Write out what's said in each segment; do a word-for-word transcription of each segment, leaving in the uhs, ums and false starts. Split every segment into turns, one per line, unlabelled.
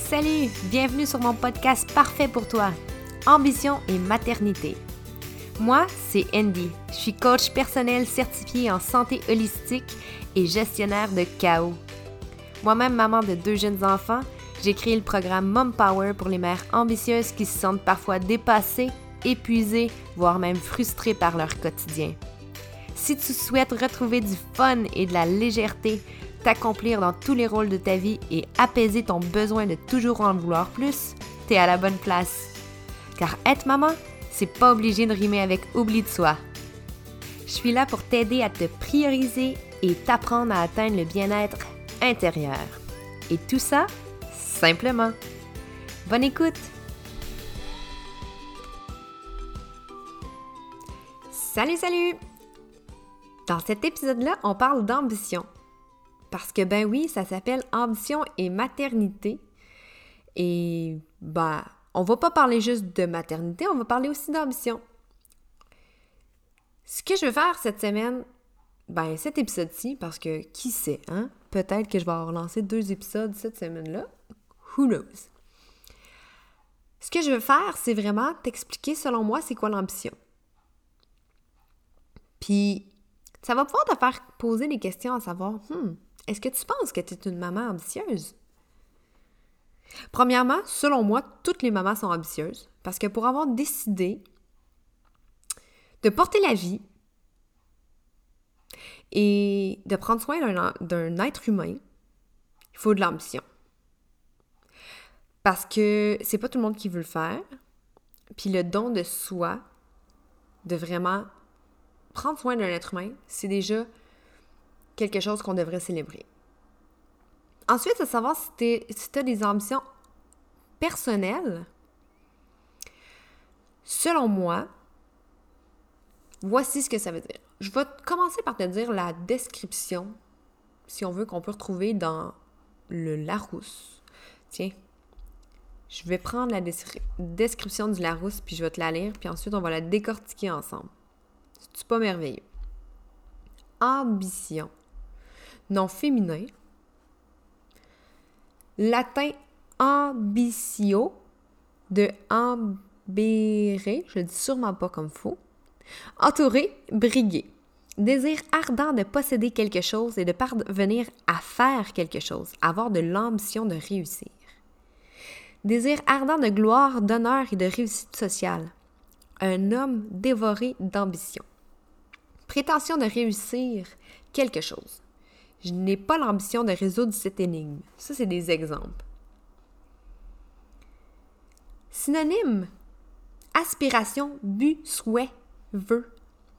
Salut, bienvenue sur mon podcast parfait pour toi, Ambition et maternité. Moi, c'est Andy, je suis coach personnel certifié en santé holistique et gestionnaire de chaos. Moi-même maman de deux jeunes enfants, j'ai créé le programme Mom Power pour les mères ambitieuses qui se sentent parfois dépassées, épuisées, voire même frustrées par leur quotidien. Si tu souhaites retrouver du fun et de la légèreté, t'accomplir dans tous les rôles de ta vie et apaiser ton besoin de toujours en vouloir plus, t'es à la bonne place. Car être maman, c'est pas obligé de rimer avec oubli de soi. Je suis là pour t'aider à te prioriser et t'apprendre à atteindre le bien-être intérieur. Et tout ça, simplement. Bonne écoute! Salut, salut! Dans cet épisode-là, on parle d'ambition. Parce que, ben oui, ça s'appelle Ambition et maternité. Et, ben, on va pas parler juste de maternité, on va parler aussi d'ambition. Ce que je veux faire cette semaine, ben, cet épisode-ci, parce que, qui sait, hein? Peut-être que je vais avoir lancé deux épisodes cette semaine-là. Who knows? Ce que je veux faire, c'est vraiment t'expliquer, selon moi, c'est quoi l'ambition. Puis, ça va pouvoir te faire poser des questions à savoir, hmm, est-ce que tu penses que tu es une maman ambitieuse? Premièrement, selon moi, toutes les mamans sont ambitieuses parce que pour avoir décidé de porter la vie et de prendre soin d'un, d'un être humain, il faut de l'ambition. Parce que c'est pas tout le monde qui veut le faire. Puis le don de soi, de vraiment prendre soin d'un être humain, c'est déjà quelque chose qu'on devrait célébrer. Ensuite, à savoir si tu as des ambitions personnelles. Selon moi, voici ce que ça veut dire. Je vais commencer par te dire la description, si on veut, qu'on peut retrouver dans le Larousse. Tiens, je vais prendre la descri- description du Larousse, puis je vais te la lire, puis ensuite on va la décortiquer ensemble. C'est pas merveilleux. Ambition. Nom féminin. Latin ambitio, de ambere, je le dis sûrement pas comme faux. Entourer, briguer. Désir ardent de posséder quelque chose et de parvenir à faire quelque chose, avoir de l'ambition de réussir. Désir ardent de gloire, d'honneur et de réussite sociale. Un homme dévoré d'ambition. Prétention de réussir quelque chose. Je n'ai pas l'ambition de résoudre cette énigme. Ça, c'est des exemples. Synonyme. Aspiration, but, souhait, vœu.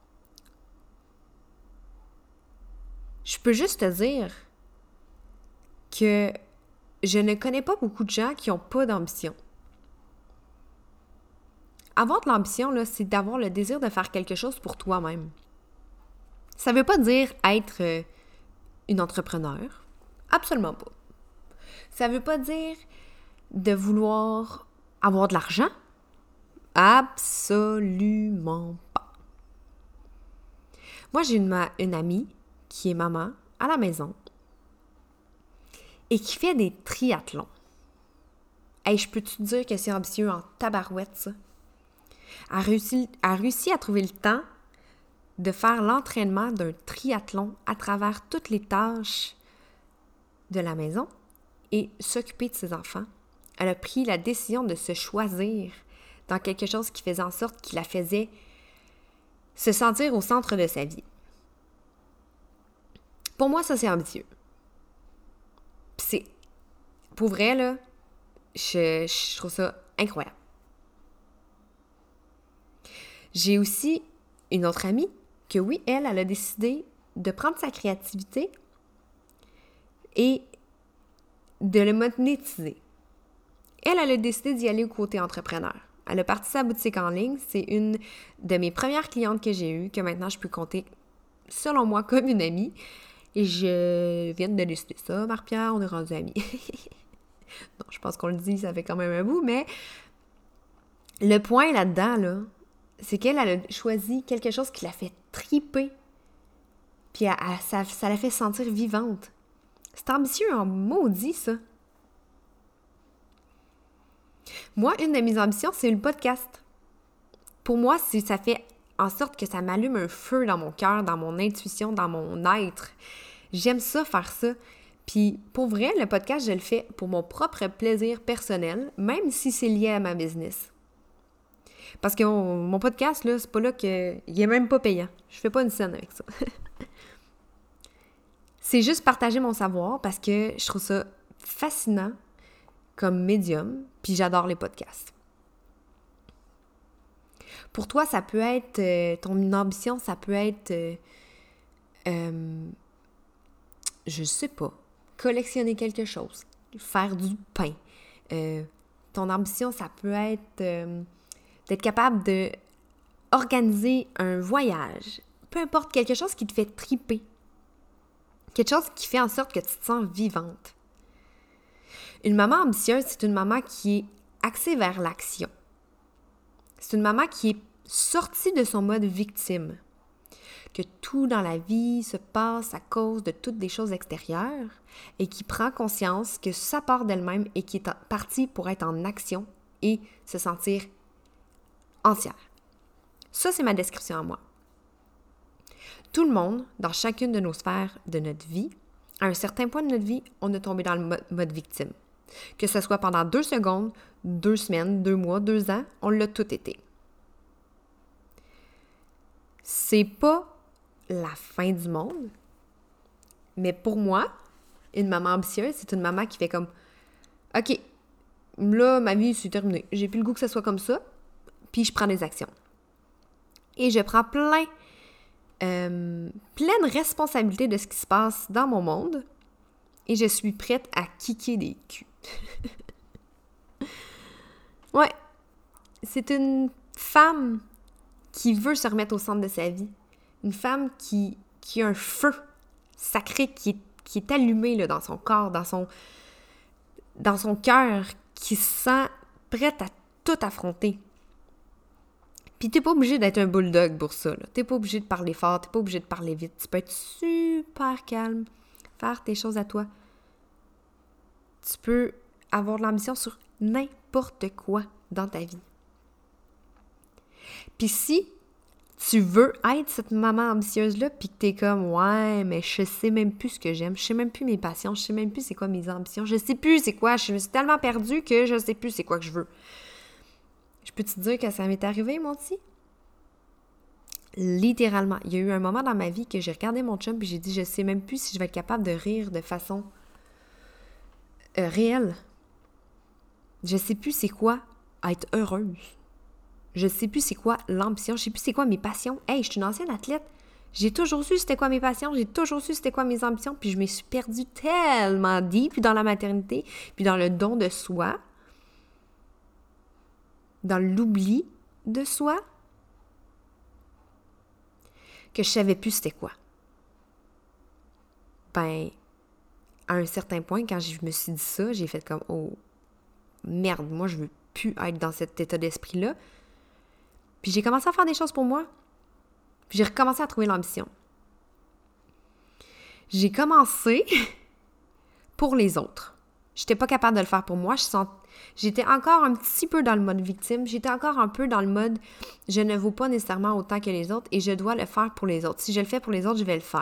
Je peux juste te dire que je ne connais pas beaucoup de gens qui n'ont pas d'ambition. Avoir de l'ambition, là, c'est d'avoir le désir de faire quelque chose pour toi-même. Ça ne veut pas dire être euh, une entrepreneur. Absolument pas. Ça ne veut pas dire de vouloir avoir de l'argent. Absolument pas. Moi, j'ai une, ma- une amie qui est maman à la maison et qui fait des triathlons. Hey, je peux-tu te dire que c'est ambitieux en tabarouette, ça? Elle a réussi, elle a réussi à trouver le temps de faire l'entraînement d'un triathlon à travers toutes les tâches de la maison et s'occuper de ses enfants. Elle a pris la décision de se choisir dans quelque chose qui faisait en sorte qu'il la faisait se sentir au centre de sa vie. Pour moi, ça, c'est ambitieux. Puis c'est... Pour vrai, là, je, je trouve ça incroyable. J'ai aussi une autre amie que oui, elle, elle a décidé de prendre sa créativité et de le monétiser. Elle, elle a décidé d'y aller au côté entrepreneur. Elle a parti sa boutique en ligne. C'est une de mes premières clientes que j'ai eues, que maintenant je peux compter, selon moi, comme une amie. Et je viens de décider ça, Marie-Pierre, on est rendus amis. Non, je pense qu'on le dit, ça fait quand même un bout, mais le point là-dedans, là, c'est qu'elle elle a choisi quelque chose qui la fait triper. Puis elle, elle, ça, ça la fait sentir vivante. C'est ambitieux en maudit, ça. Moi, une de mes ambitions, c'est le podcast. Pour moi, c'est, ça fait en sorte que ça m'allume un feu dans mon cœur, dans mon intuition, dans mon être. J'aime ça, faire ça. Puis pour vrai, le podcast, je le fais pour mon propre plaisir personnel, même si c'est lié à ma business. Parce que mon, mon podcast, là, c'est pas là que... Il est même pas payant. Je fais pas une scène avec ça. C'est juste partager mon savoir parce que je trouve ça fascinant comme médium, puis j'adore les podcasts. Pour toi, ça peut être... Euh, ton ambition, ça peut être... Euh, euh, je sais pas. Collectionner quelque chose. Faire du pain. Euh, ton ambition, ça peut être... Euh, d'être capable de organiser un voyage. Peu importe, quelque chose qui te fait triper. Quelque chose qui fait en sorte que tu te sens vivante. Une maman ambitieuse, c'est une maman qui est axée vers l'action. C'est une maman qui est sortie de son mode victime. Que tout dans la vie se passe à cause de toutes des choses extérieures et qui prend conscience que ça part d'elle-même et qui est partie pour être en action et se sentir entière. Ça, c'est ma description à moi. Tout le monde, dans chacune de nos sphères de notre vie, à un certain point de notre vie, on est tombé dans le mode, mode victime. Que ce soit pendant deux secondes, deux semaines, deux mois, deux ans, on l'a tout été. C'est pas la fin du monde, mais pour moi, une maman ambitieuse, c'est une maman qui fait comme « OK, là, ma vie, c'est terminé. J'ai plus le goût que ça soit comme ça. » Puis je prends des actions. Et je prends plein, euh, pleine responsabilité de ce qui se passe dans mon monde. Et je suis prête à kicker des culs. Ouais. C'est une femme qui veut se remettre au centre de sa vie. Une femme qui, qui a un feu sacré qui est, qui est allumé là, dans son corps, dans son, dans son cœur, qui se sent prête à tout affronter. Puis t'es pas obligé d'être un bulldog pour ça, là. T'es pas obligé de parler fort, t'es pas obligé de parler vite. Tu peux être super calme, faire tes choses à toi. Tu peux avoir de l'ambition sur n'importe quoi dans ta vie. Puis si tu veux être cette maman ambitieuse-là, puis que t'es comme « Ouais, mais je sais même plus ce que j'aime, je sais même plus mes passions, je sais même plus c'est quoi mes ambitions, je sais plus c'est quoi, je me suis tellement perdue que je sais plus c'est quoi que je veux. » Je peux te dire que ça m'est arrivé, mon petit? Littéralement. Il y a eu un moment dans ma vie que j'ai regardé mon chum et j'ai dit, je sais même plus si je vais être capable de rire de façon euh, réelle. Je sais plus c'est quoi être heureuse. Je sais plus c'est quoi l'ambition. Je sais plus c'est quoi mes passions. Hey, je suis une ancienne athlète. J'ai toujours su c'était quoi mes passions. J'ai toujours su c'était quoi mes ambitions. Puis je me suis perdue tellement deep, puis dans la maternité, puis dans le don de soi, dans l'oubli de soi, que je savais plus c'était quoi. Ben, à un certain point, quand je me suis dit ça, j'ai fait comme, oh, merde, moi, je veux plus être dans cet état d'esprit-là. Puis j'ai commencé à faire des choses pour moi. Puis j'ai recommencé à trouver l'ambition. J'ai commencé pour les autres. J'étais pas capable de le faire pour moi. Je sens... J'étais encore un petit peu dans le mode victime. J'étais encore un peu dans le mode « je ne vaux pas nécessairement autant que les autres et je dois le faire pour les autres. Si je le fais pour les autres, je vais le faire. »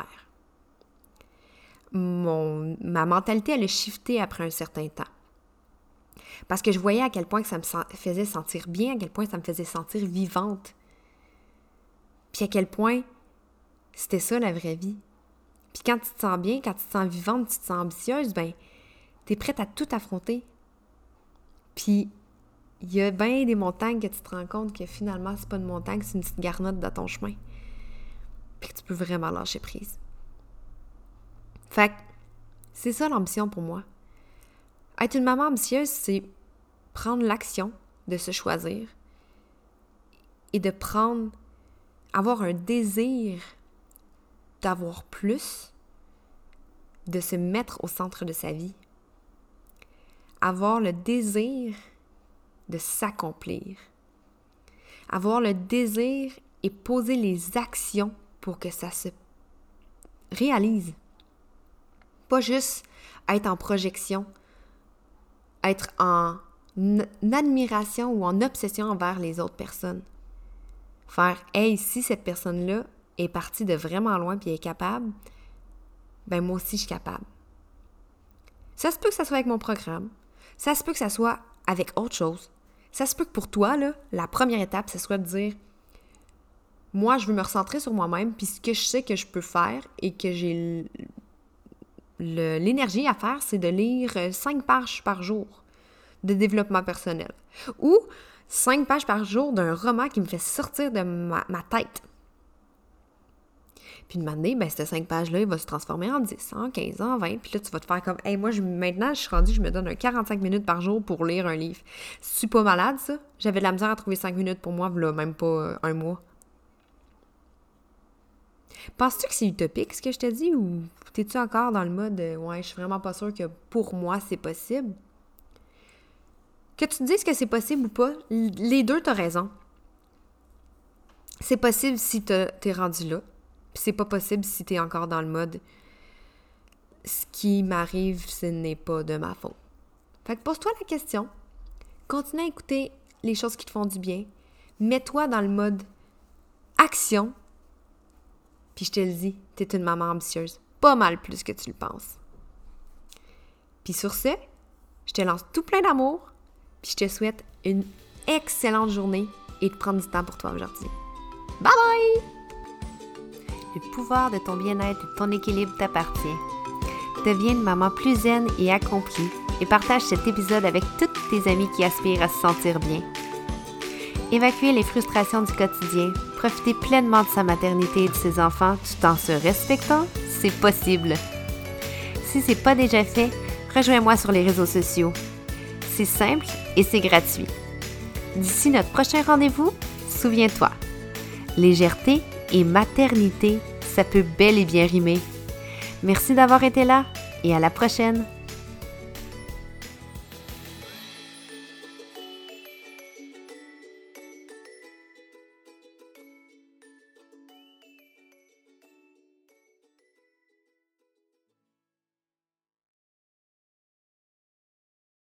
Mon... Ma mentalité, elle a shifté après un certain temps. Parce que je voyais à quel point que ça me faisait sentir bien, à quel point ça me faisait sentir vivante. Puis à quel point c'était ça la vraie vie. Puis quand tu te sens bien, quand tu te sens vivante, tu te sens ambitieuse, ben t'es prête à tout affronter. Puis il y a bien des montagnes que tu te rends compte que finalement, c'est pas une montagne, c'est une petite garnotte dans ton chemin. Puis que tu peux vraiment lâcher prise. Fait que c'est ça l'ambition pour moi. Être une maman ambitieuse, c'est prendre l'action de se choisir et de prendre, avoir un désir d'avoir plus, de se mettre au centre de sa vie. Avoir le désir de s'accomplir. Avoir le désir et poser les actions pour que ça se réalise. Pas juste être en projection, être en admiration ou en obsession envers les autres personnes. Faire « Hey, si cette personne-là est partie de vraiment loin puis est capable, ben moi aussi je suis capable. » Ça se peut que ça soit avec mon programme. Ça se peut que ça soit avec autre chose. Ça se peut que pour toi, là, la première étape, ce soit de dire « Moi, je veux me recentrer sur moi-même, puis ce que je sais que je peux faire et que j'ai le, l'énergie à faire, c'est de lire cinq pages par jour de développement personnel. Ou cinq pages par jour d'un roman qui me fait sortir de ma, ma tête. » Puis de m'amener, ben, ces cinq pages-là, il va se transformer en dix, en quinze, en vingt. Puis là, tu vas te faire comme, hey, moi, je, maintenant, je suis rendue, je me donne un quarante-cinq minutes par jour pour lire un livre. C'est pas malade, ça? J'avais de la misère à trouver cinq minutes pour moi, là, même pas euh, un mois. Penses-tu que c'est utopique, ce que je te dis, ou t'es-tu encore dans le mode, euh, ouais, je suis vraiment pas sûre que pour moi, c'est possible? Que tu te dises que c'est possible ou pas, les deux, t'as raison. C'est possible si t'es rendu là. Puis c'est pas possible si t'es encore dans le mode « ce qui m'arrive, ce n'est pas de ma faute ». Fait que pose-toi la question. Continue à écouter les choses qui te font du bien. Mets-toi dans le mode action. Puis je te le dis, t'es une maman ambitieuse. Pas mal plus que tu le penses. Puis sur ce, je te lance tout plein d'amour. Puis je te souhaite une excellente journée et de prendre du temps pour toi aujourd'hui. Bye bye! Le pouvoir de ton bien-être et de ton équilibre t'appartient. Deviens une maman plus zen et accomplie et partage cet épisode avec toutes tes amies qui aspirent à se sentir bien. Évacuer les frustrations du quotidien, profiter pleinement de sa maternité et de ses enfants tout en se respectant, c'est possible. Si ce n'est pas déjà fait, rejoins-moi sur les réseaux sociaux. C'est simple et c'est gratuit. D'ici notre prochain rendez-vous, souviens-toi, légèreté et maternité, ça peut bel et bien rimer. Merci d'avoir été là et à la prochaine!